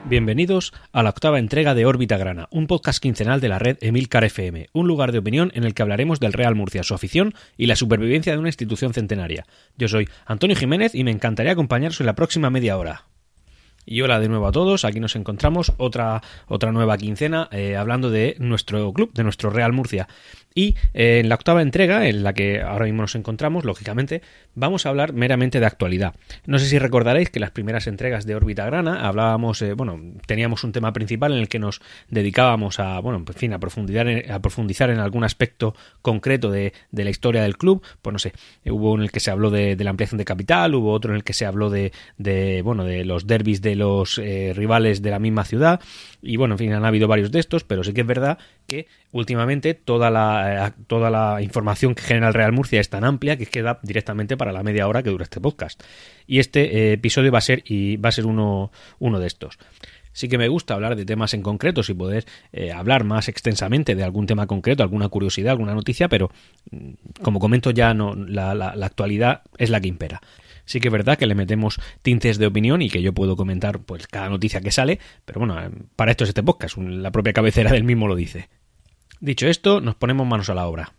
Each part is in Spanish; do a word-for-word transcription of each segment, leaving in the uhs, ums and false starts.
Bienvenidos a la octava entrega de Órbita Grana, un podcast quincenal de la red Emilcar F M, un lugar de opinión en el que hablaremos del Real Murcia, su afición y la supervivencia de una institución centenaria. Yo soy Antonio Jiménez y me encantaría acompañaros en la próxima media hora. Y hola de nuevo a todos, aquí nos encontramos otra, otra nueva quincena eh, hablando de nuestro club, de nuestro Real Murcia. Y eh, en la octava entrega, en la que ahora mismo nos encontramos, lógicamente, vamos a hablar meramente de actualidad. No sé si recordaréis que las primeras entregas de Órbita Grana hablábamos, eh, bueno, teníamos un tema principal en el que nos dedicábamos a, bueno, en fin, a profundizar en, a profundizar en algún aspecto concreto de, de la historia del club. Pues no sé, hubo en el que se habló de, de la ampliación de capital, hubo otro en el que se habló de, de bueno, de los derbis de los eh, rivales de la misma ciudad. Y bueno, en fin, han habido varios de estos, pero sí que es verdad que últimamente toda la, toda la información que genera el Real Murcia es tan amplia que queda directamente para la media hora que dura este podcast. Y este eh, episodio va a ser y va a ser uno, uno de estos. Sí que me gusta hablar de temas en concretos y poder eh, hablar más extensamente de algún tema concreto, alguna curiosidad, alguna noticia, pero como comento ya no, la, la, la actualidad es la que impera. Sí que es verdad que le metemos tintes de opinión y que yo puedo comentar pues cada noticia que sale, pero bueno, para esto es este podcast, la propia cabecera del mismo lo dice. Dicho esto, nos ponemos manos a la obra.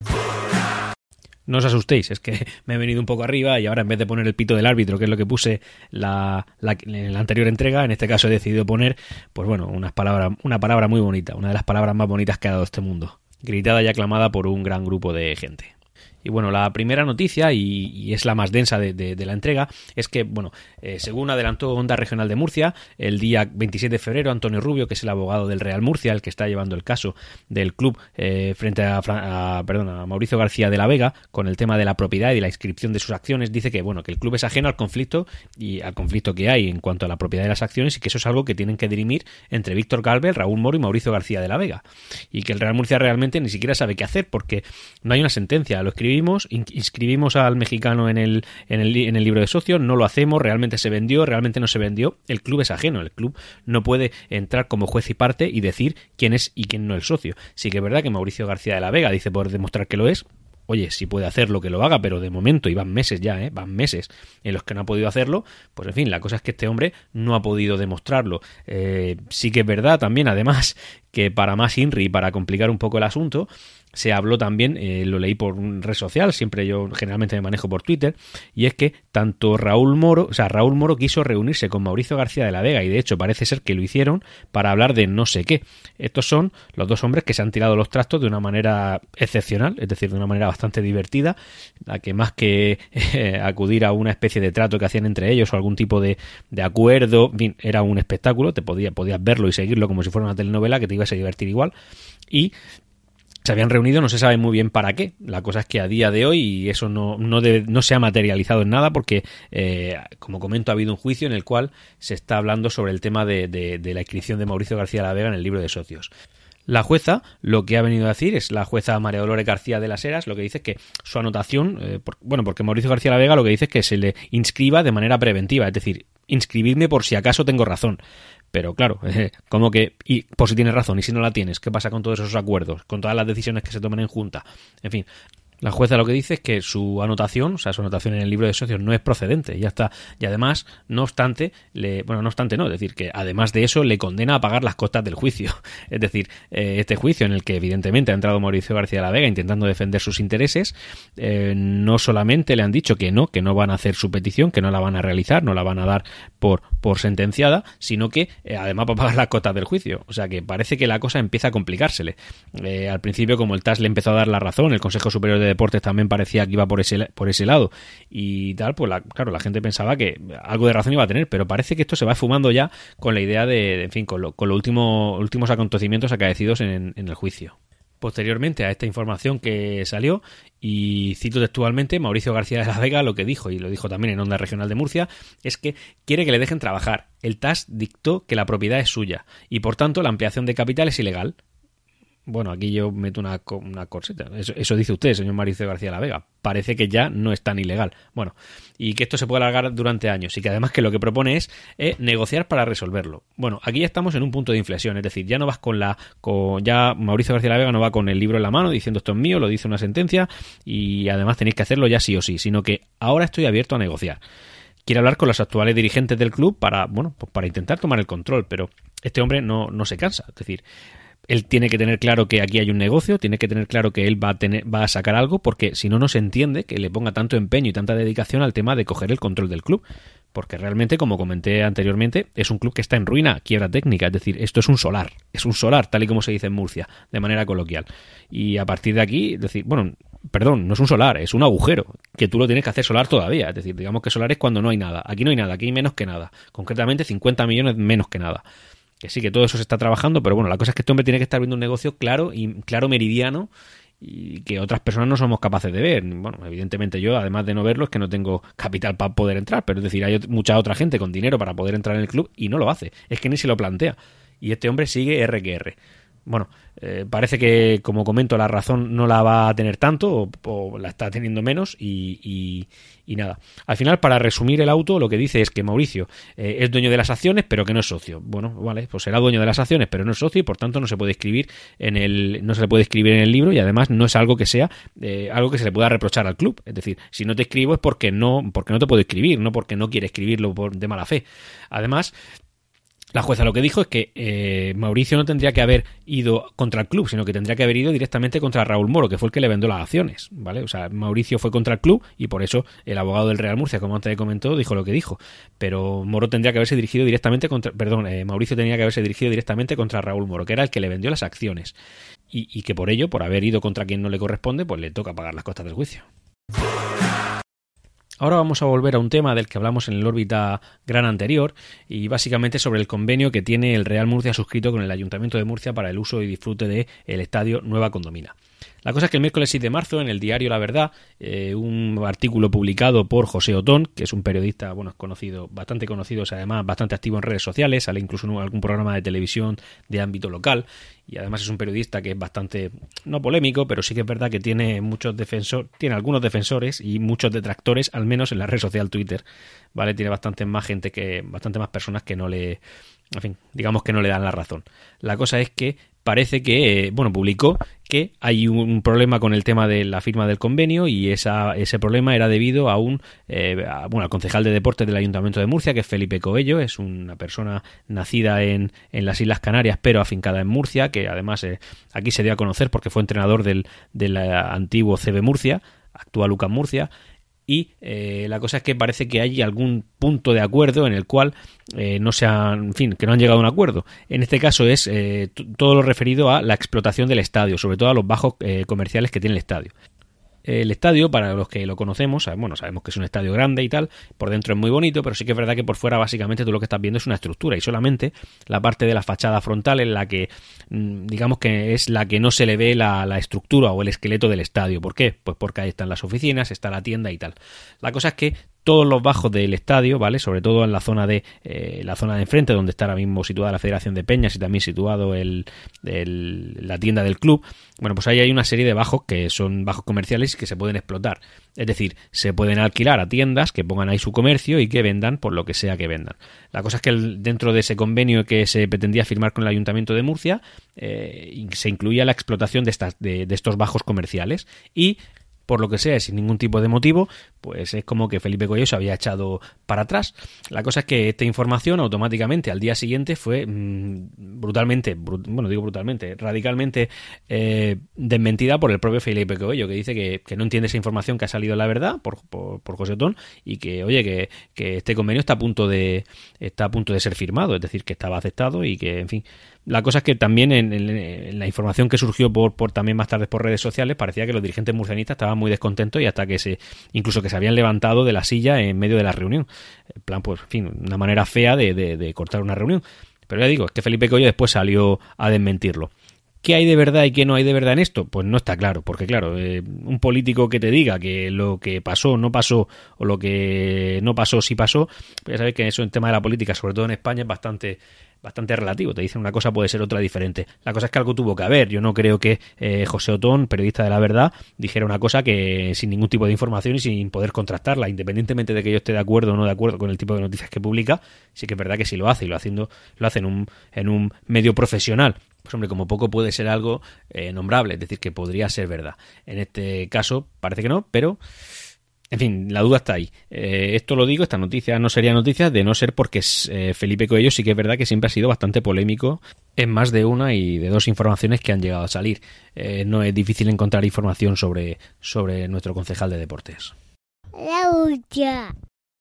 No os asustéis, es que me he venido un poco arriba y ahora en vez de poner el pito del árbitro, que es lo que puse la, la, en la anterior entrega, en este caso he decidido poner, pues bueno, unas palabras, una palabra muy bonita, una de las palabras más bonitas que ha dado este mundo, gritada y aclamada por un gran grupo de gente. Y bueno, la primera noticia, y, y es la más densa de, de, de la entrega, es que, bueno, eh, según adelantó Onda Regional de Murcia, el día veintisiete de febrero, Antonio Rubio, que es el abogado del Real Murcia, el que está llevando el caso del club eh, frente a, a, perdón, a Mauricio García de la Vega, con el tema de la propiedad y la inscripción de sus acciones, dice que, bueno, que el club es ajeno al conflicto y al conflicto que hay en cuanto a la propiedad de las acciones y que eso es algo que tienen que dirimir entre Víctor Galvez, Raúl Moro y Mauricio García de la Vega. Y que el Real Murcia realmente ni siquiera sabe qué hacer porque no hay una sentencia, lo escribimos, inscribimos al mexicano en el, en el en el libro de socios, no lo hacemos, realmente se vendió, realmente no se vendió, el club es ajeno, el club no puede entrar como juez y parte y decir quién es y quién no es el socio. Sí que es verdad que Mauricio García de la Vega dice poder demostrar que lo es. Oye, si puede hacerlo, que lo haga, pero de momento, y van meses ya, ¿eh? van meses en los que no ha podido hacerlo, pues en fin, la cosa es que este hombre no ha podido demostrarlo. Eh, sí que es verdad también, además, que para más INRI y para complicar un poco el asunto, se habló también, eh, lo leí por red social, siempre yo generalmente me manejo por Twitter, y es que tanto Raúl Moro, o sea, Raúl Moro quiso reunirse con Mauricio García de la Vega, y de hecho parece ser que lo hicieron para hablar de no sé qué. Estos son los dos hombres que se han tirado los trastos de una manera excepcional, es decir, de una manera bastante divertida, la que más que eh, acudir a una especie de trato que hacían entre ellos o algún tipo de, de acuerdo, en fin, era un espectáculo, te podía, podías verlo y seguirlo como si fuera una telenovela que te ibas a divertir igual, y se habían reunido, no se sabe muy bien para qué. La cosa es que a día de hoy, y eso no, no, debe, no se ha materializado en nada porque, eh, como comento, ha habido un juicio en el cual se está hablando sobre el tema de, de, de la inscripción de Mauricio García de la Vega en el libro de socios. La jueza lo que ha venido a decir es la jueza María Dolores García de las Heras, lo que dice es que su anotación, eh, por, bueno, porque Mauricio García de la Vega lo que dice es que se le inscriba de manera preventiva, es decir, inscribirme por si acaso tengo razón. Pero claro, eh, como que, y por si tienes razón, y si no la tienes, ¿qué pasa con todos esos acuerdos? Con todas las decisiones que se toman en junta. En fin, la jueza lo que dice es que su anotación, o sea, su anotación en el libro de socios no es procedente, ya está. Y además, no obstante, le, bueno, no obstante no, es decir, que además de eso le condena a pagar las costas del juicio. Es decir, eh, este juicio en el que evidentemente ha entrado Mauricio García de la Vega intentando defender sus intereses, eh, no solamente le han dicho que no, que no van a hacer su petición, que no la van a realizar, no la van a dar por, por sentenciada, sino que eh, además va a pagar las costas del juicio. O sea que parece que la cosa empieza a complicársele. Eh, al principio, como el T A S le empezó a dar la razón, el Consejo Superior de Deportes también parecía que iba por ese por ese lado y tal, pues la, claro, la gente pensaba que algo de razón iba a tener, pero parece que esto se va esfumando ya con la idea de, de en fin, con, lo, con los último, últimos acontecimientos acaecidos en, en el juicio. Posteriormente a esta información que salió, y cito textualmente, Mauricio García de la Vega lo que dijo, y lo dijo también en Onda Regional de Murcia, es que quiere que le dejen trabajar. El T A S dictó que la propiedad es suya y por tanto la ampliación de capital es ilegal. Bueno, aquí yo meto una, una corseta. Eso, eso dice usted, señor Mauricio García de la Vega. Parece que ya no es tan ilegal. Bueno, y que esto se puede alargar durante años y que además que lo que propone es eh, negociar para resolverlo. Bueno, aquí ya estamos en un punto de inflexión, es decir, ya no vas con la... Con, ya Mauricio García de la Vega no va con el libro en la mano diciendo esto es mío, lo dice una sentencia y además tenéis que hacerlo ya sí o sí, sino que ahora estoy abierto a negociar. quiere hablar con los actuales dirigentes del club para, bueno, pues para intentar tomar el control, pero este hombre no, no se cansa. Es decir, él tiene que tener claro que aquí hay un negocio, tiene que tener claro que él va a tener, va a sacar algo, porque si no, no se entiende que le ponga tanto empeño y tanta dedicación al tema de coger el control del club. Porque realmente, como comenté anteriormente, es un club que está en ruina, quiebra técnica. Es decir, esto es un solar, es un solar, tal y como se dice en Murcia, de manera coloquial. Y a partir de aquí, decir, bueno, perdón, no es un solar, es un agujero, que tú lo tienes que hacer solar todavía. Es decir, digamos que solar es cuando no hay nada. Aquí no hay nada, aquí hay menos que nada. Concretamente cincuenta millones menos que nada. Que sí, que todo eso se está trabajando, pero bueno, la cosa es que este hombre tiene que estar viendo un negocio claro y claro meridiano, y que otras personas no somos capaces de ver. Bueno, evidentemente yo, además de no verlo, es que no tengo capital para poder entrar, pero es decir, hay mucha otra gente con dinero para poder entrar en el club y no lo hace, es que ni se lo plantea, y este hombre sigue R que R. Bueno, eh, parece que, como comento, la razón no la va a tener tanto, o, o la está teniendo menos, y, y, y nada. Al final, para resumir el auto, lo que dice es que Mauricio eh, es dueño de las acciones, pero que no es socio. Bueno, vale, pues será dueño de las acciones, pero no es socio, y por tanto no se puede escribir en el, no se le puede escribir en el libro, y además no es algo que sea eh, algo que se le pueda reprochar al club. Es decir, si no te escribo es porque no, porque no te puedo escribir, no porque no quiere escribirlo por, de mala fe. Además, la jueza lo que dijo es que eh, Mauricio no tendría que haber ido contra el club, sino que tendría que haber ido directamente contra Raúl Moro, que fue el que le vendió las acciones, ¿vale? O sea, Mauricio fue contra el club y por eso el abogado del Real Murcia, como antes comentó, dijo lo que dijo. Pero Moro tendría que haberse dirigido directamente contra... Perdón, eh, Mauricio tenía que haberse dirigido directamente contra Raúl Moro, que era el que le vendió las acciones. Y, y que por ello, por haber ido contra quien no le corresponde, pues le toca pagar las costas del juicio. Ahora vamos a volver a un tema del que hablamos en el órbita gran anterior, y básicamente sobre el convenio que tiene el Real Murcia suscrito con el Ayuntamiento de Murcia para el uso y disfrute del estadio Nueva Condomina. La cosa es que el miércoles seis de marzo, en el diario La Verdad, eh, un artículo publicado por José Otón, que es un periodista, bueno, es conocido, bastante conocido, o sea, además bastante activo en redes sociales, sale incluso en algún programa de televisión de ámbito local, y además es un periodista que es bastante, no polémico, pero sí que es verdad que tiene muchos defensores, tiene algunos defensores y muchos detractores, al menos en la red social Twitter, ¿vale? Tiene bastante más gente que, bastante más personas que no le, en fin, digamos que no le dan la razón. La cosa es que parece que, bueno, publicó que hay un problema con el tema de la firma del convenio, y esa, ese problema era debido a un, eh, a, bueno, al concejal de deportes del Ayuntamiento de Murcia, que es Felipe Coello. Es una persona nacida en, en las Islas Canarias, pero afincada en Murcia, que además eh, aquí se dio a conocer porque fue entrenador del, del antiguo C B Murcia, actual U C A M Murcia. Y eh, la cosa es que parece que hay algún punto de acuerdo en el cual eh, no se han, en fin, que no han llegado a un acuerdo. En este caso es eh, t- todo lo referido a la explotación del estadio, sobre todo a los bajos eh, comerciales que tiene el estadio. El estadio, para los que lo conocemos, bueno, sabemos que es un estadio grande y tal, por dentro es muy bonito, pero sí que es verdad que por fuera básicamente tú lo que estás viendo es una estructura, y solamente la parte de la fachada frontal es la que, digamos que es la que no se le ve la, la estructura o el esqueleto del estadio. ¿Por qué? Pues porque ahí están las oficinas, está la tienda y tal. La cosa es que todos los bajos del estadio, ¿vale? Sobre todo en la zona de eh, la zona de enfrente, donde está ahora mismo situada la Federación de Peñas y también situado el, el, la tienda del club. Bueno, pues ahí hay una serie de bajos que son bajos comerciales que se pueden explotar. Es decir, se pueden alquilar a tiendas que pongan ahí su comercio y que vendan por lo que sea que vendan. La cosa es que el, dentro de ese convenio que se pretendía firmar con el Ayuntamiento de Murcia, eh, se incluía la explotación de, estas, de, de estos bajos comerciales, y por lo que sea, sin ningún tipo de motivo, pues es como que Felipe Coello se había echado para atrás. La cosa es que esta información automáticamente al día siguiente fue mmm, brutalmente, brut, bueno, digo brutalmente, radicalmente eh, desmentida por el propio Felipe Coello, que dice que, que no entiende esa información que ha salido La Verdad por, por, por José Otón, y que, oye, que, que este convenio está a punto de está a punto de ser firmado, es decir, que estaba aceptado y que, en fin. La cosa es que también en, en, en la información que surgió por, por también más tarde por redes sociales, parecía que los dirigentes murcianistas estaban muy descontentos, y hasta que se incluso que se habían levantado de la silla en medio de la reunión. En plan, pues, en fin, una manera fea de, de, de cortar una reunión. Pero ya digo, es que Felipe Coello después salió a desmentirlo. ¿Qué hay de verdad y qué no hay de verdad en esto? Pues no está claro, porque claro, eh, un político que te diga que lo que pasó no pasó, o lo que no pasó sí pasó, pues ya sabéis que eso en tema de la política, sobre todo en España, es bastante bastante relativo. Te dicen una cosa, puede ser otra diferente. La cosa es que algo tuvo que haber. Yo no creo que eh, José Otón, periodista de La Verdad, dijera una cosa que sin ningún tipo de información y sin poder contrastarla, independientemente de que yo esté de acuerdo o no de acuerdo con el tipo de noticias que publica. Sí que es verdad que si lo hace, y lo haciendo lo hace en un, en un medio profesional, pues hombre, como poco puede ser algo eh, nombrable, es decir, que podría ser verdad. En este caso parece que no, pero En fin, la duda está ahí. Eh, esto lo digo, esta noticia no sería noticia de no ser porque eh, Felipe Coello sí que es verdad que siempre ha sido bastante polémico en más de una y de dos informaciones que han llegado a salir. Eh, no es difícil encontrar información sobre, sobre nuestro concejal de deportes. La hucha.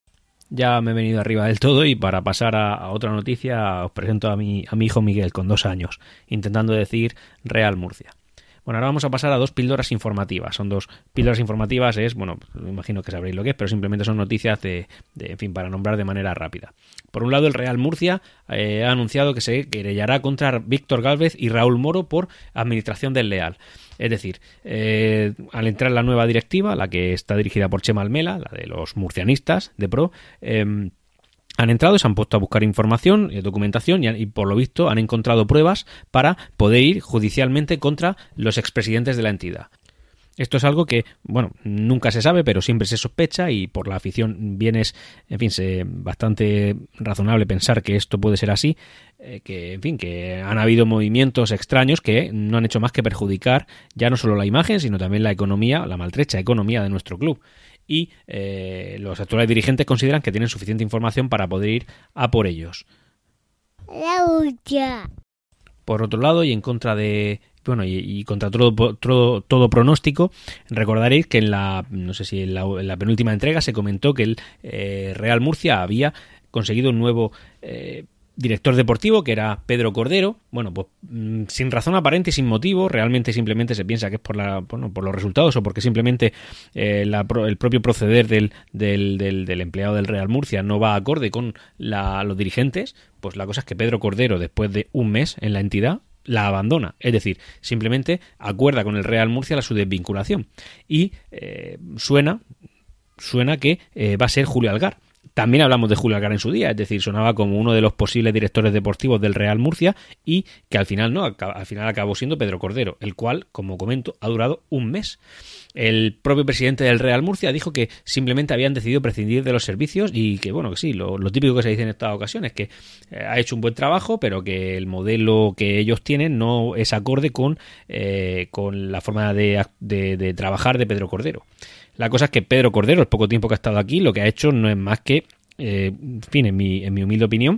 Ya me he venido arriba del todo y para pasar a, a otra noticia os presento a mi, a mi hijo Miguel con dos años, intentando decir Real Murcia. Bueno, ahora vamos a pasar a dos píldoras informativas. Son dos píldoras informativas, es, bueno, me imagino que sabréis lo que es, pero simplemente son noticias de, de en fin, para nombrar de manera rápida. Por un lado, el Real Murcia eh, ha anunciado que se querellará contra Víctor Gálvez y Raúl Moro por administración desleal. Es decir, eh, al entrar la nueva directiva, la que está dirigida por Chema Almela, la de los murcianistas de Pro, eh, han entrado, se han puesto a buscar información, eh, documentación y, y por lo visto han encontrado pruebas para poder ir judicialmente contra los expresidentes de la entidad. Esto es algo que, bueno, nunca se sabe, pero siempre se sospecha y por la afición bien es, en fin, se, bastante razonable pensar que esto puede ser así, eh, que, en fin, que han habido movimientos extraños que no han hecho más que perjudicar ya no solo la imagen, sino también la economía, la maltrecha economía de nuestro club. Y eh, los actuales dirigentes consideran que tienen suficiente información para poder ir a por ellos. La hucha. Por otro lado, y en contra de... Bueno, y, y contra todo, todo, todo pronóstico, recordaréis que en la, no sé si en la, en la penúltima entrega se comentó que el eh, Real Murcia había conseguido un nuevo eh, director deportivo, que era Pedro Cordero. Bueno, pues mmm, sin razón aparente y sin motivo, realmente simplemente se piensa que es por la, bueno, por los resultados o porque simplemente eh, la, el propio proceder del, del, del, del empleado del Real Murcia no va acorde con la, los dirigentes. Pues la cosa es que Pedro Cordero, después de un mes en la entidad, la abandona, es decir, simplemente acuerda con el Real Murcia la su desvinculación y eh, suena suena que eh, va a ser Julio Algar. También hablamos de Julio Algar en su día, es decir, sonaba como uno de los posibles directores deportivos del Real Murcia y que al final no, al final acabó siendo Pedro Cordero, el cual, como comento, ha durado un mes. El propio presidente del Real Murcia dijo que simplemente habían decidido prescindir de los servicios y que, bueno, que sí, lo, lo típico que se dice en estas ocasiones, que eh, ha hecho un buen trabajo, pero que el modelo que ellos tienen no es acorde con, eh, con la forma de, de, de trabajar de Pedro Cordero. La cosa es que Pedro Cordero, el poco tiempo que ha estado aquí, lo que ha hecho no es más que, eh, en fin, en mi, en mi humilde opinión,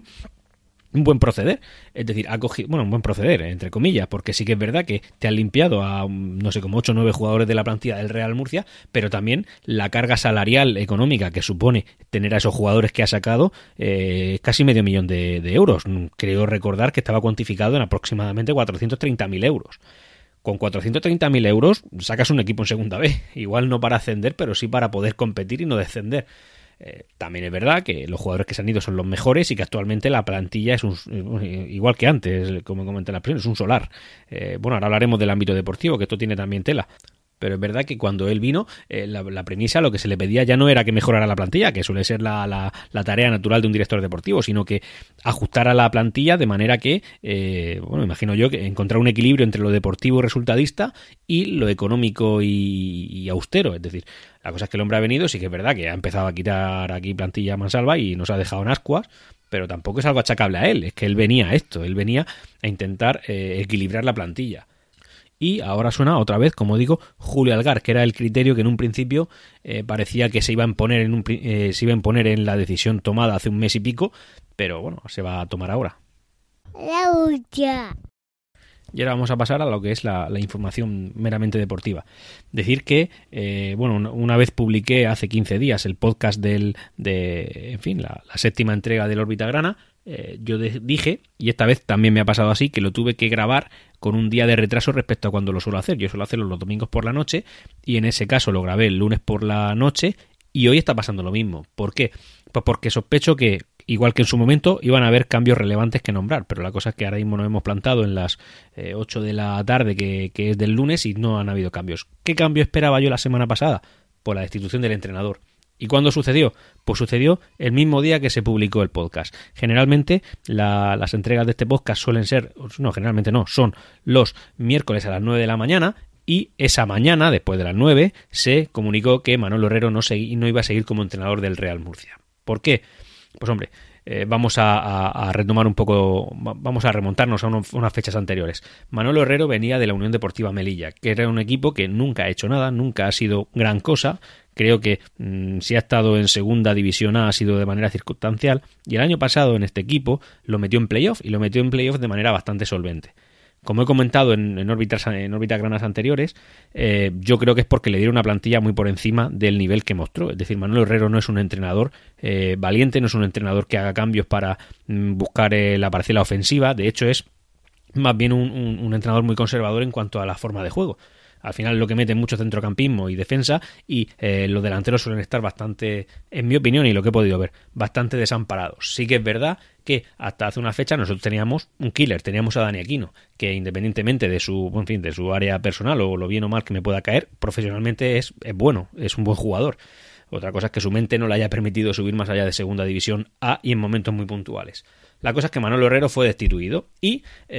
un buen proceder. Es decir, ha cogido, bueno, un buen proceder, entre comillas, porque sí que es verdad que te han limpiado a, no sé, como ocho o nueve jugadores de la plantilla del Real Murcia, pero también la carga salarial económica que supone tener a esos jugadores que ha sacado eh, es casi medio millón de, de euros. Creo recordar que estaba cuantificado en aproximadamente cuatrocientos treinta mil euros. Con cuatrocientos treinta mil euros sacas un equipo en segunda B. Igual no para ascender, pero sí para poder competir y no descender. Eh, también es verdad que los jugadores que se han ido son los mejores y que actualmente la plantilla es un, eh, igual que antes, como comenté en la primera, es un solar. Eh, bueno, ahora hablaremos del ámbito deportivo, que esto tiene también tela. Pero es verdad que cuando él vino, eh, la, la premisa, lo que se le pedía ya no era que mejorara la plantilla, que suele ser la, la, la tarea natural de un director deportivo, sino que ajustara la plantilla de manera que, eh, bueno, imagino yo, que encontrar un equilibrio entre lo deportivo y resultadista y lo económico y, y austero. Es decir, la cosa es que el hombre ha venido, sí que es verdad que ha empezado a quitar aquí plantilla a mansalva y nos ha dejado en ascuas, pero tampoco es algo achacable a él, es que él venía a esto, él venía a intentar eh, equilibrar la plantilla. Y ahora suena otra vez, como digo, Julio Algar, que era el criterio que en un principio eh, parecía que se iba a imponer en un, eh, se iba a imponer en la decisión tomada hace un mes y pico, pero bueno, se va a tomar ahora. La hucha. Y ahora vamos a pasar a lo que es la, la información meramente deportiva. Decir que, eh, bueno, una vez publiqué hace quince días el podcast del, de, en fin, la, la séptima entrega del Órbita Grana. Eh, yo de, dije, y esta vez también me ha pasado así, que lo tuve que grabar con un día de retraso respecto a cuando lo suelo hacer. Yo suelo hacerlo los domingos por la noche y en ese caso lo grabé el lunes por la noche y hoy está pasando lo mismo. ¿Por qué? Pues porque sospecho que, igual que en su momento, iban a haber cambios relevantes que nombrar, pero la cosa es que ahora mismo nos hemos plantado en las eh, ocho de la tarde, que, que es del lunes, y no han habido cambios. ¿Qué cambio esperaba yo la semana pasada? Pues la destitución del entrenador. ¿Y cuándo sucedió? Pues sucedió el mismo día que se publicó el podcast. Generalmente la, las entregas de este podcast suelen ser, no, generalmente no, son los miércoles a las nueve de la mañana, y esa mañana, después de las nueve, se comunicó que Manolo Herrero no, segui, no iba a seguir como entrenador del Real Murcia. ¿Por qué? Pues hombre, eh, vamos a, a, a retomar un poco, vamos a remontarnos a uno, unas fechas anteriores. Manolo Herrero venía de la Unión Deportiva Melilla, que era un equipo que nunca ha hecho nada, nunca ha sido gran cosa. Creo que mmm, si ha estado en segunda división A ha sido de manera circunstancial, y el año pasado en este equipo lo metió en playoff y lo metió en playoff de manera bastante solvente. Como he comentado en, en órbitas en órbitas granas anteriores, eh, yo creo que es porque le dieron una plantilla muy por encima del nivel que mostró. Es decir, Manolo Herrero no es un entrenador eh, valiente, no es un entrenador que haga cambios para mm, buscar eh, la parcela ofensiva. De hecho, es más bien un, un, un entrenador muy conservador en cuanto a la forma de juego. Al final lo que mete mucho centrocampismo y defensa, y eh, los delanteros suelen estar bastante, en mi opinión y lo que he podido ver, bastante desamparados. Sí que es verdad que hasta hace una fecha nosotros teníamos un killer, teníamos a Dani Aquino, que independientemente de su, en fin, de su área personal o lo bien o mal que me pueda caer, profesionalmente es, es bueno, es un buen jugador. Otra cosa es que su mente no le haya permitido subir más allá de segunda división A y en momentos muy puntuales. La cosa es que Manolo Herrero fue destituido y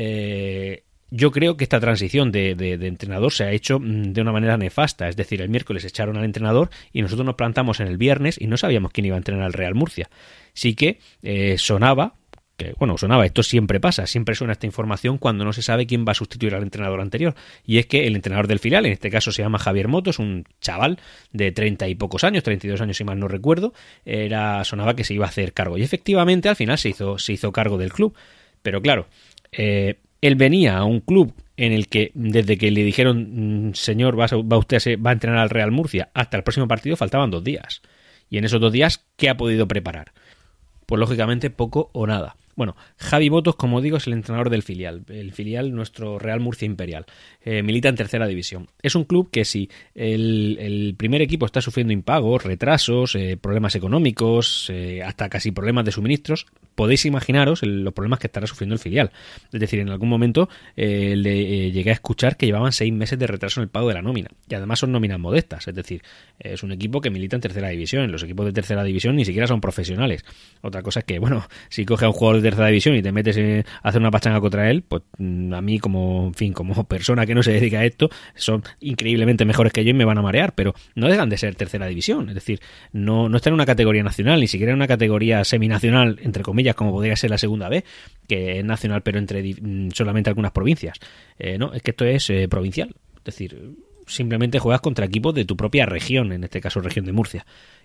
eh, yo creo que esta transición de, de, de entrenador se ha hecho de una manera nefasta. Es decir, el miércoles echaron al entrenador y nosotros nos plantamos en el viernes y no sabíamos quién iba a entrenar al Real Murcia. Sí que eh, sonaba, que bueno, sonaba, esto siempre pasa, siempre suena esta información cuando no se sabe quién va a sustituir al entrenador anterior. Y es que el entrenador del filial, en este caso se llama Javier Motos, un chaval de treinta y pocos años, treinta y dos años si mal no recuerdo, era sonaba que se iba a hacer cargo. Y efectivamente al final se hizo, se hizo cargo del club. Pero claro, eh, él venía a un club en el que desde que le dijeron señor, va, va usted a, ser, va a entrenar al Real Murcia hasta el próximo partido faltaban dos días. Y en esos dos días, ¿qué ha podido preparar? Pues lógicamente poco o nada. Bueno, Javi Motos, como digo, es el entrenador del filial. El filial, nuestro Real Murcia Imperial. Eh, milita en tercera división. Es un club que si el, el primer equipo está sufriendo impagos, retrasos, eh, problemas económicos, eh, hasta casi problemas de suministros, podéis imaginaros el, los problemas que estará sufriendo el filial. Es decir, en algún momento eh, le eh, llegué a escuchar que llevaban seis meses de retraso en el pago de la nómina. Y además son nóminas modestas. Es decir, es un equipo que milita en tercera división. Los equipos de tercera división ni siquiera son profesionales. Otra cosa es que, bueno, si coge a un jugador de tercera división y te metes a hacer una pachanga contra él, pues a mí como, en fin, como persona que no se dedica a esto, son increíblemente mejores que yo y me van a marear, pero no dejan de ser tercera división. Es decir, no, no están en una categoría nacional, ni siquiera en una categoría seminacional, entre comillas, como podría ser la segunda B, que es nacional pero entre solamente algunas provincias. Eh, no, es que esto es eh, provincial. Es decir, simplemente juegas contra equipos de tu propia región, en este caso región de Murcia.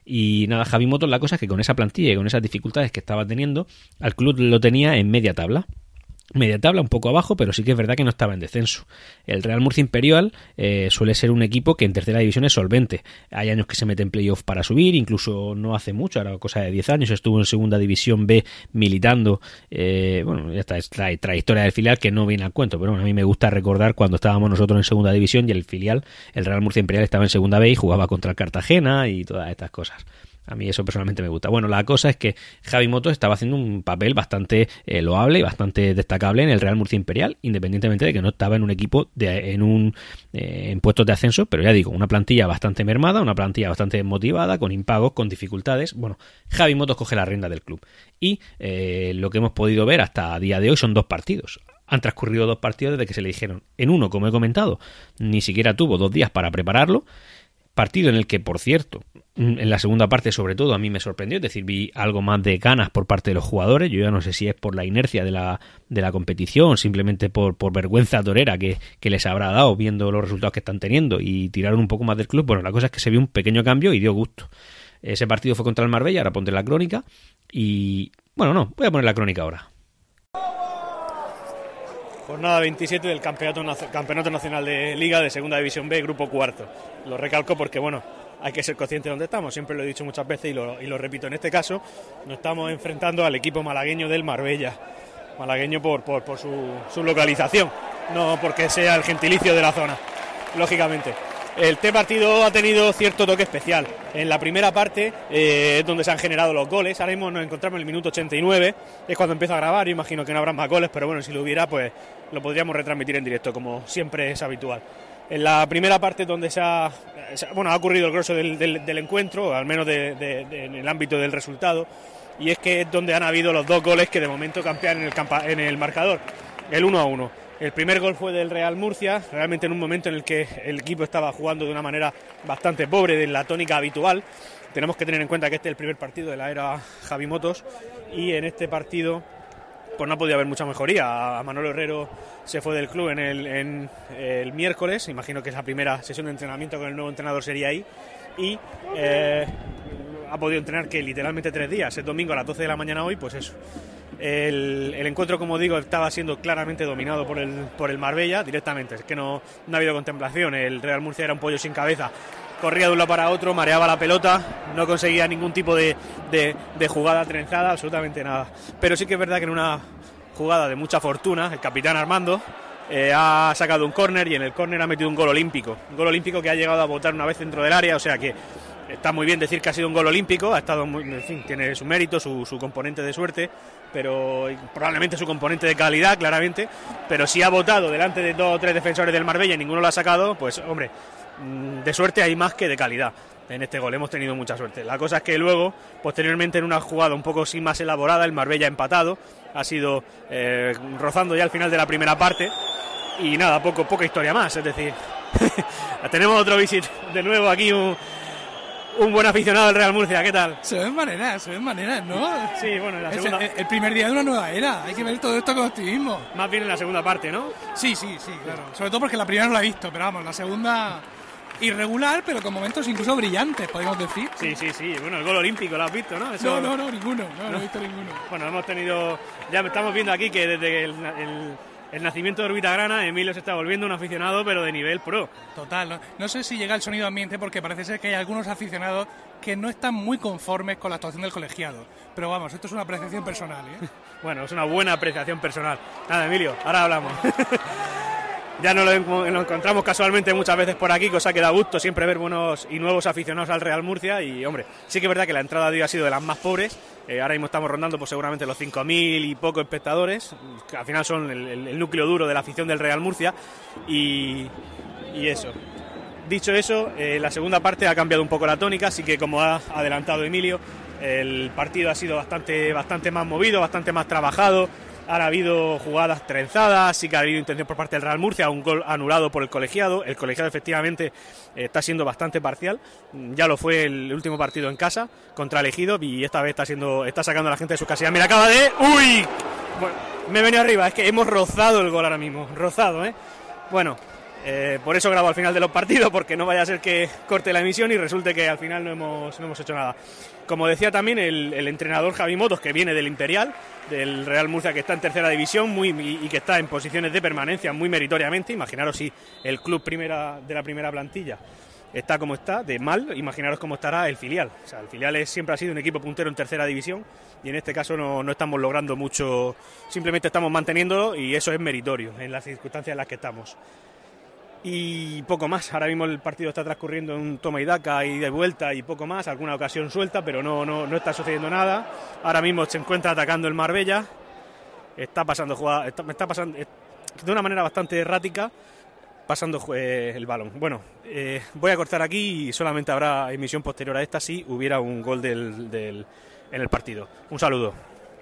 Y nada, Javi Motos, la cosa es que con esa plantilla y con esas dificultades que estaba teniendo, al club lo tenía en media tabla. Media tabla, un poco abajo, pero sí que es verdad que no estaba en descenso. El Real Murcia Imperial eh, suele ser un equipo que en tercera división es solvente. Hay años que se mete en playoff para subir, incluso no hace mucho, ahora cosa de diez años, estuvo en segunda división B militando. Eh, bueno, ya está, es la trayectoria del filial que no viene al cuento, pero bueno, a mí me gusta recordar cuando estábamos nosotros en segunda división y el filial, el Real Murcia Imperial, estaba en segunda B y jugaba contra el Cartagena y todas estas cosas. A mí eso personalmente me gusta. Bueno, la cosa es que Javi Motos estaba haciendo un papel bastante eh, loable y bastante destacable en el Real Murcia Imperial, independientemente de que no estaba en un equipo de, en un eh, en puestos de ascenso, pero ya digo, una plantilla bastante mermada, una plantilla bastante motivada, con impagos, con dificultades. Bueno, Javi Motos coge la rienda del club y eh, lo que hemos podido ver hasta a día de hoy son dos partidos. Han transcurrido dos partidos desde que se le dijeron. En uno, como he comentado, ni siquiera tuvo dos días para prepararlo. Partido en el que, por cierto, en la segunda parte sobre todo a mí me sorprendió, es decir, vi algo más de ganas por parte de los jugadores. Yo ya no sé si es por la inercia de la, de la competición, simplemente por, por vergüenza torera que, que les habrá dado viendo los resultados que están teniendo y tiraron un poco más del club. Bueno, la cosa es que se vio un pequeño cambio y dio gusto. Ese partido fue contra el Marbella, ahora pondré la crónica y... bueno, no, voy a poner la crónica ahora. Jornada veintisiete del campeonato, campeonato Nacional de Liga de Segunda División B, Grupo Cuarto. Lo recalco porque, bueno, hay que ser consciente de dónde estamos, siempre lo he dicho muchas veces y lo, y lo repito. En este caso, nos estamos enfrentando al equipo malagueño del Marbella. Malagueño por, por, por su, su localización, no porque sea el gentilicio de la zona, lógicamente. Este partido ha tenido cierto toque especial. En la primera parte eh, es donde se han generado los goles. Ahora mismo nos encontramos en el minuto ochenta y nueve, es cuando empiezo a grabar. Yo imagino que no habrá más goles, pero bueno, si lo hubiera, pues lo podríamos retransmitir en directo, como siempre es habitual. En la primera parte donde se ha, bueno, ha ocurrido el grosso del, del, del encuentro, al menos de, de, de, en el ámbito del resultado, y es que es donde han habido los dos goles que de momento campean en el, campa, en el marcador, el uno a uno. El primer gol fue del Real Murcia, realmente en un momento en el que el equipo estaba jugando de una manera bastante pobre, de la tónica habitual. Tenemos que tener en cuenta que este es el primer partido de la era Javi Motos y en este partido pues no ha podido haber mucha mejoría. A Manolo Herrero se fue del club en el, en el miércoles, imagino que es la primera sesión de entrenamiento con el nuevo entrenador sería ahí, y eh, ha podido entrenar que literalmente tres días, el domingo a las doce de la mañana hoy, pues eso. El, el encuentro, como digo, estaba siendo claramente dominado por el, por el Marbella directamente, es que no, no ha habido contemplación. El Real Murcia era un pollo sin cabeza, corría de un lado para otro, mareaba la pelota, no conseguía ningún tipo de, de, de jugada trenzada, absolutamente nada. Pero sí que es verdad que en una jugada de mucha fortuna, el capitán Armando eh, ha sacado un córner y en el córner ha metido un gol olímpico. Un gol olímpico que ha llegado a botar una vez dentro del área, o sea que está muy bien decir que ha sido un gol olímpico, ha estado muy, en fin, tiene su mérito, su, su componente de suerte, pero probablemente su componente de calidad, claramente, pero si ha botado delante de dos o tres defensores del Marbella y ninguno lo ha sacado, pues hombre, de suerte hay más que de calidad. En este gol hemos tenido mucha suerte. La cosa es que luego, posteriormente, en una jugada un poco sin más elaborada, el Marbella ha empatado, ha sido eh, rozando ya al final de la primera parte y nada, poco poca historia más, es decir, tenemos otro visit de nuevo aquí, un, un buen aficionado del Real Murcia. ¿Qué tal? Se ven maneras, se ven maneras, ¿no? Sí, bueno, en la es segunda... el, el primer día de una nueva era, hay que ver todo esto con optimismo. Más bien en la segunda parte, ¿no? Sí, sí, sí, claro. Sobre todo porque la primera no la he visto, pero vamos, la segunda... irregular, pero con momentos incluso brillantes, podemos decir. Sí, sí, sí. Bueno, el gol olímpico lo has visto, ¿no? Eso... No, no, no, ninguno. No, no, no he visto ninguno. Bueno, hemos tenido... Ya estamos viendo aquí que desde el, el, el nacimiento de Orbitagrana, Emilio se está volviendo un aficionado, pero de nivel pro. Total. No, no sé si llega el sonido ambiente, porque parece ser que hay algunos aficionados que no están muy conformes con la actuación del colegiado. Pero vamos, esto es una apreciación personal, ¿eh? Bueno, es una buena apreciación personal. Nada, Emilio, ahora hablamos. Ya nos lo, lo encontramos casualmente muchas veces por aquí, cosa que da gusto siempre ver buenos y nuevos aficionados al Real Murcia. Y hombre, sí que es verdad que la entrada de hoy ha sido de las más pobres. Eh, ahora mismo estamos rondando pues seguramente los cinco mil y poco espectadores, que al final son el, el, el núcleo duro de la afición del Real Murcia. Y, y eso. Dicho eso, eh, la segunda parte ha cambiado un poco la tónica, así que como ha adelantado Emilio, el partido ha sido bastante, bastante más movido, bastante más trabajado. Ha habido jugadas trenzadas, sí que ha habido intención por parte del Real Murcia, un gol anulado por el colegiado. El colegiado efectivamente eh, está siendo bastante parcial, ya lo fue el último partido en casa contra el Ejido y esta vez está siendo está sacando a la gente de sus casillas. Mira, acaba de... ¡Uy! Bueno, me he venido arriba, es que hemos rozado el gol ahora mismo, rozado, ¿eh? Bueno, eh, por eso grabo al final de los partidos, porque no vaya a ser que corte la emisión y resulte que al final no hemos, no hemos hecho nada. Como decía también el, el entrenador Javi Motos, que viene del Imperial, del Real Murcia, que está en tercera división muy y, y que está en posiciones de permanencia muy meritoriamente. Imaginaros si el club primera de la primera plantilla está como está, de mal, imaginaros cómo estará el filial. O sea, el filial es, siempre ha sido un equipo puntero en tercera división y en este caso no, no estamos logrando mucho, simplemente estamos manteniéndolo y eso es meritorio en las circunstancias en las que estamos. Y poco más, ahora mismo el partido está transcurriendo en un toma y daca y de vuelta y poco más, alguna ocasión suelta, pero no, no, no está sucediendo nada. Ahora mismo se encuentra atacando el Marbella, está pasando jugada, está, está pasando de una manera bastante errática, pasando eh, el balón. Bueno, eh, voy a cortar aquí y solamente habrá emisión posterior a esta si hubiera un gol del, del, en el partido. Un saludo.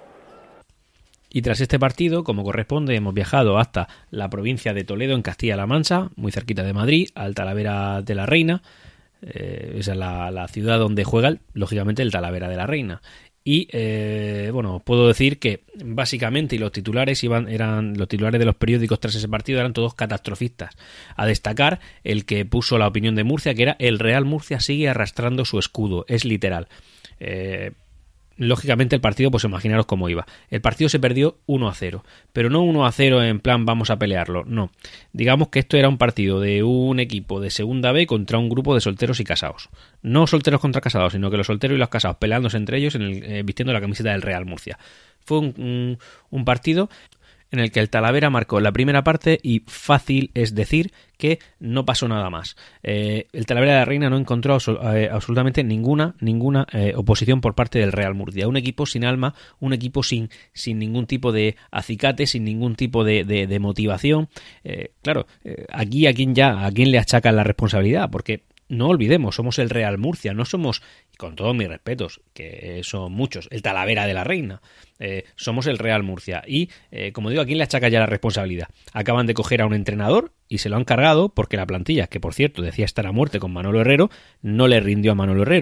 Y tras este partido, como corresponde, hemos viajado hasta la provincia de Toledo, en Castilla-La Mancha, muy cerquita de Madrid, al Talavera de la Reina. Eh, esa es la, la ciudad donde juega, lógicamente, el Talavera de la Reina. Y, eh, bueno, puedo decir que básicamente y los titulares iban eran los titulares de los periódicos tras ese partido eran todos catastrofistas. A destacar el que puso la opinión de Murcia, que era: el Real Murcia sigue arrastrando su escudo. Es literal. Eh... Lógicamente el partido, pues imaginaros cómo iba. El partido se perdió uno a cero, pero no uno a cero en plan vamos a pelearlo, no. Digamos que esto era un partido de un equipo de segunda B contra un grupo de solteros y casados. No solteros contra casados, sino que los solteros y los casados peleándose entre ellos en el, eh, vistiendo la camiseta del Real Murcia. Fue un, un, un partido en el que el Talavera marcó la primera parte y fácil es decir que no pasó nada más. Eh, el Talavera de la Reina no encontró eh, absolutamente ninguna ninguna eh, oposición por parte del Real Murcia. Un equipo sin alma, un equipo sin, sin ningún tipo de acicate, sin ningún tipo de, de, de motivación. Eh, claro, eh, aquí a quién ya a quién le achacan la responsabilidad, porque no olvidemos, somos el Real Murcia, no somos, con todos mis respetos, que son muchos, el Talavera de la Reina. Eh, somos el Real Murcia y, eh, como digo, ¿a quién le achaca ya la responsabilidad? Acaban de coger a un entrenador y se lo han cargado porque la plantilla, que por cierto decía estar a muerte con Manolo Herrero, no le rindió a Manolo Herrero.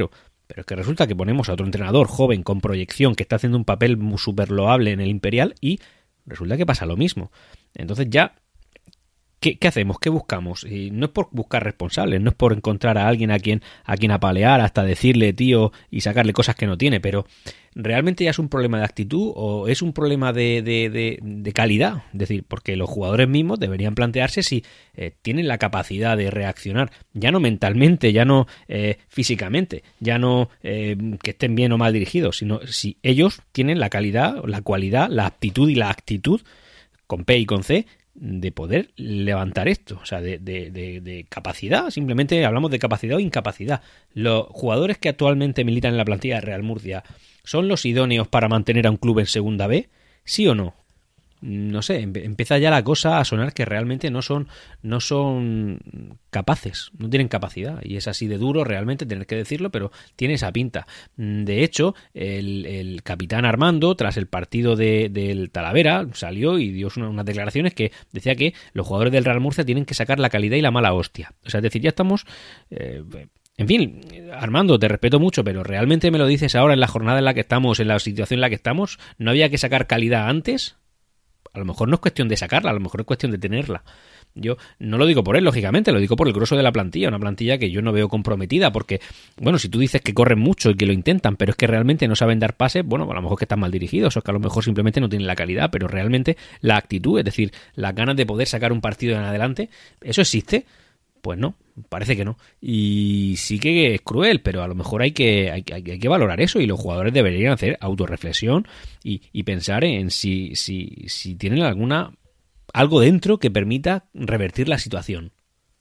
Pero es que resulta que ponemos a otro entrenador joven con proyección que está haciendo un papel súper loable en el Imperial y resulta que pasa lo mismo. Entonces ya, ¿qué, qué hacemos? ¿Qué buscamos? Y no es por buscar responsables, no es por encontrar a alguien a quien, a quien apalear, hasta decirle tío y sacarle cosas que no tiene, pero ¿realmente ya es un problema de actitud o es un problema de, de, de, de calidad? Es decir, porque los jugadores mismos deberían plantearse si eh, tienen la capacidad de reaccionar, ya no mentalmente, ya no eh, físicamente, ya no eh, que estén bien o mal dirigidos, sino si ellos tienen la calidad, la cualidad, la aptitud y la actitud, con P y con C, de poder levantar esto, o sea, de, de, de, de capacidad, simplemente hablamos de capacidad o incapacidad. Los jugadores que actualmente militan en la plantilla de Real Murcia, ¿son los idóneos para mantener a un club en Segunda B? ¿Sí o no? No sé, empieza ya la cosa a sonar que realmente no son, no son capaces, no tienen capacidad, y es así de duro realmente tener que decirlo, pero tiene esa pinta. De hecho, el, el capitán Armando, tras el partido de, del Talavera, salió y dio unas, unas declaraciones que decía que los jugadores del Real Murcia tienen que sacar la calidad y la mala hostia. O sea, es decir, ya estamos... Eh, En fin, Armando, te respeto mucho, pero ¿realmente me lo dices ahora en la jornada en la que estamos, en la situación en la que estamos? ¿No había que sacar calidad antes? A lo mejor no es cuestión de sacarla, a lo mejor es cuestión de tenerla. Yo no lo digo por él, lógicamente, lo digo por el grosso de la plantilla, una plantilla que yo no veo comprometida, porque, bueno, si tú dices que corren mucho y que lo intentan, pero es que realmente no saben dar pases, bueno, a lo mejor que están mal dirigidos, o que a lo mejor simplemente no tienen la calidad, pero realmente la actitud, es decir, las ganas de poder sacar un partido en adelante, ¿eso existe? Pues no, parece que no. Y sí que es cruel, pero a lo mejor hay que, hay, hay, hay que valorar eso y los jugadores deberían hacer autorreflexión y, y pensar en si, si, si tienen alguna algo dentro que permita revertir la situación.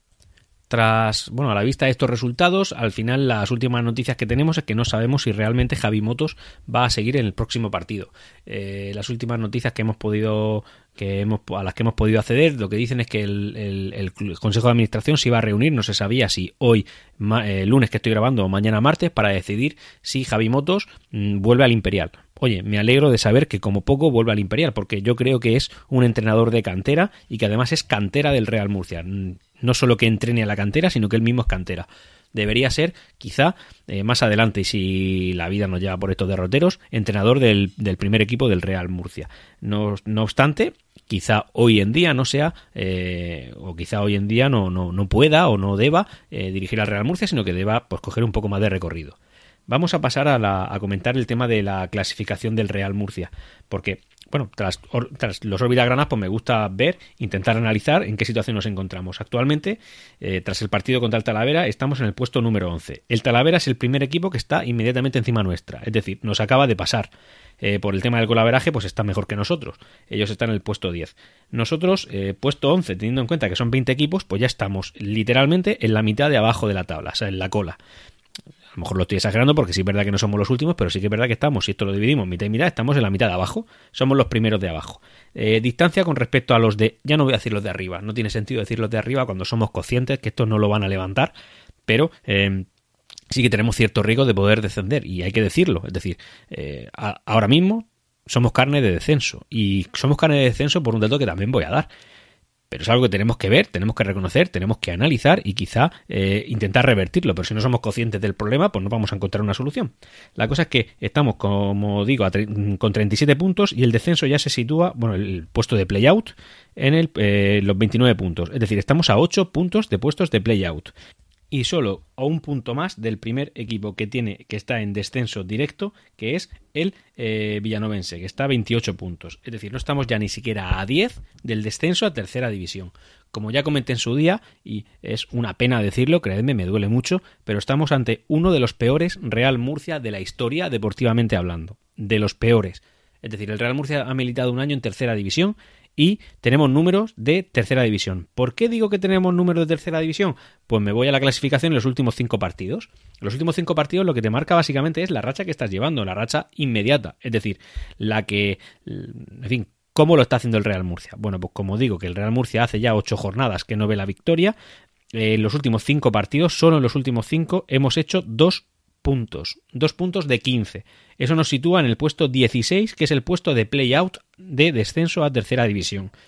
Tras, bueno, a la vista de estos resultados, al final las últimas noticias que tenemos es que no sabemos si realmente Javi Motos va a seguir en el próximo partido. Eh, las últimas noticias que hemos podido, que hemos, a las que hemos podido acceder, lo que dicen es que el, el, el Consejo de Administración se iba a reunir, no se sabía si hoy, ma, eh, lunes que estoy grabando, o mañana martes, para decidir si Javi Motos mmm, vuelve al Imperial. Oye, me alegro de saber que como poco vuelve al Imperial, porque yo creo que es un entrenador de cantera y que además es cantera del Real Murcia. No solo que entrene a la cantera, sino que él mismo es cantera. Debería ser, quizá, eh, más adelante, y si la vida nos lleva por estos derroteros, entrenador del, del primer equipo del Real Murcia. No, no obstante, quizá hoy en día no sea, eh, o quizá hoy en día no, no, no pueda o no deba eh, dirigir al Real Murcia, sino que deba pues coger un poco más de recorrido. Vamos a pasar a, la, a comentar el tema de la clasificación del Real Murcia, porque, bueno, tras, or, tras los órbitagranas, pues me gusta ver, intentar analizar en qué situación nos encontramos. Actualmente, eh, tras el partido contra el Talavera, estamos en el puesto número once. El Talavera es el primer equipo que está inmediatamente encima nuestra, es decir, nos acaba de pasar. Eh, por el tema del golaveraje, pues está mejor que nosotros. Ellos están en el puesto diez. Nosotros, eh, puesto once, teniendo en cuenta que son veinte equipos, pues ya estamos literalmente en la mitad de abajo de la tabla, o sea, en la cola. A lo mejor lo estoy exagerando porque sí es verdad que no somos los últimos, pero sí que es verdad que estamos, si esto lo dividimos mitad y mitad, estamos en la mitad de abajo. Somos los primeros de abajo. Eh, distancia con respecto a los de... Ya no voy a decir los de arriba. No tiene sentido decir los de arriba cuando somos conscientes que estos no lo van a levantar. Pero eh, sí que tenemos cierto riesgo de poder descender. Y hay que decirlo. Es decir, eh, a, ahora mismo somos carne de descenso. Y somos carne de descenso por un dato que también voy a dar. Pero es algo que tenemos que ver, tenemos que reconocer, tenemos que analizar y quizá eh, intentar revertirlo. Pero si no somos conscientes del problema, pues no vamos a encontrar una solución. La cosa es que estamos, como digo, a tre- con treinta y siete puntos y el descenso ya se sitúa, bueno, el puesto de play-out en el, eh, los veintinueve puntos. Es decir, estamos a ocho puntos de puestos de play-out. Y solo a un punto más del primer equipo que tiene que está en descenso directo, que es el eh, villanovense, que está a veintiocho puntos. Es decir, no estamos ya ni siquiera a diez del descenso a tercera división. Como ya comenté en su día, y es una pena decirlo, creedme, me duele mucho, pero estamos ante uno de los peores Real Murcia de la historia, deportivamente hablando. De los peores. Es decir, el Real Murcia ha militado un año en tercera división y tenemos números de tercera división. ¿Por qué digo que tenemos números de tercera división? Pues me voy a la clasificación en los últimos cinco partidos. En los últimos cinco partidos lo que te marca básicamente es la racha que estás llevando, la racha inmediata. Es decir, la que... En fin, ¿cómo lo está haciendo el Real Murcia? Bueno, pues como digo, que el Real Murcia hace ya ocho jornadas que no ve la victoria. Eh, en los últimos cinco partidos, solo en los últimos cinco, hemos hecho dos puntos. Dos puntos de quince. Eso nos sitúa en el puesto dieciséis, que es el puesto de play-out de descenso a tercera división.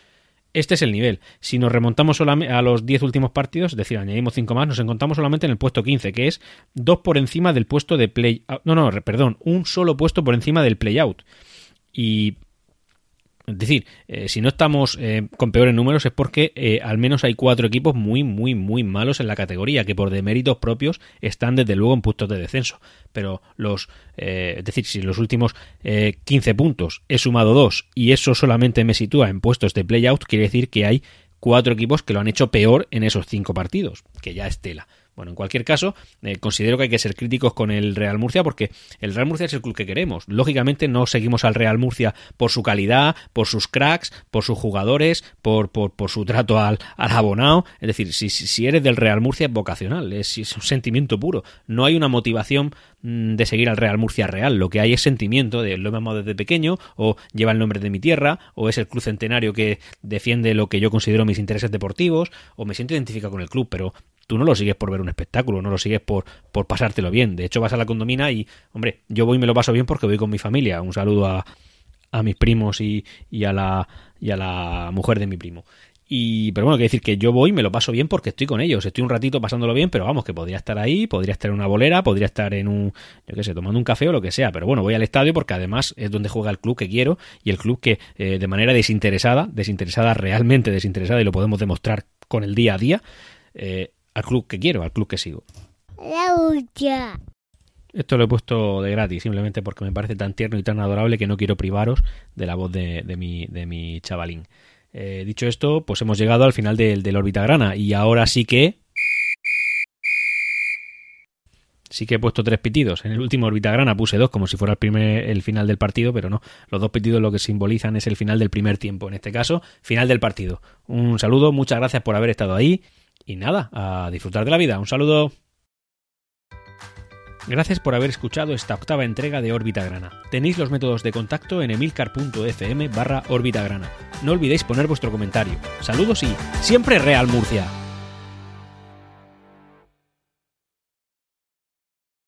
Este es el nivel. Si nos remontamos solamente a los diez últimos partidos, es decir, añadimos cinco más, nos encontramos solamente en el puesto quince, que es dos por encima del puesto de play... No, no, perdón, un solo puesto por encima del play-out. Y... Es decir, eh, si no estamos eh, con peores números es porque eh, al menos hay cuatro equipos muy, muy, muy malos en la categoría, que por deméritos propios están desde luego en puestos de descenso. Pero los, eh, es decir, si en los últimos eh, quince puntos he sumado dos y eso solamente me sitúa en puestos de play-out, quiere decir que hay cuatro equipos que lo han hecho peor en esos cinco partidos, que ya es tela. Bueno, en cualquier caso, eh, considero que hay que ser críticos con el Real Murcia porque el Real Murcia es el club que queremos. Lógicamente no seguimos al Real Murcia por su calidad, por sus cracks, por sus jugadores, por, por, por su trato al, al abonado. Es decir, si, si eres del Real Murcia es vocacional, es, es un sentimiento puro. No hay una motivación mmm, de seguir al Real Murcia real. Lo que hay es sentimiento de lo he amado desde pequeño, o lleva el nombre de mi tierra, o es el club centenario que defiende lo que yo considero mis intereses deportivos, o me siento identificado con el club, pero tú no lo sigues por ver un espectáculo, no lo sigues por, por pasártelo bien. De hecho, vas a la Condomina y, hombre, yo voy y me lo paso bien porque voy con mi familia. Un saludo a, a mis primos y, y, a la, y a la mujer de mi primo. Y, pero bueno, quiero decir que yo voy y me lo paso bien porque estoy con ellos. Estoy un ratito pasándolo bien, pero vamos, que podría estar ahí, podría estar en una bolera, podría estar en un, yo qué sé, tomando un café o lo que sea. Pero bueno, voy al estadio porque además es donde juega el club que quiero y el club que eh, de manera desinteresada, desinteresada, realmente desinteresada, y lo podemos demostrar con el día a día, eh, al club que quiero, al club que sigo. La Ulla. Esto lo he puesto de gratis, simplemente porque me parece tan tierno y tan adorable que no quiero privaros de la voz de, de, mi, de mi chavalín. Eh, dicho esto, pues hemos llegado al final del, del Orbitagrana y ahora sí que... Sí que he puesto tres pitidos. En el último Orbitagrana puse dos como si fuera el, primer, el final del partido, pero no. Los dos pitidos lo que simbolizan es el final del primer tiempo. En este caso, final del partido. Un saludo, muchas gracias por haber estado ahí. Y nada, a disfrutar de la vida. Un saludo. Gracias por haber escuchado esta octava entrega de Orbitagrana. Tenéis los métodos de contacto en emilcar.fm barra Orbitagrana. No olvidéis poner vuestro comentario. Saludos y siempre Real Murcia.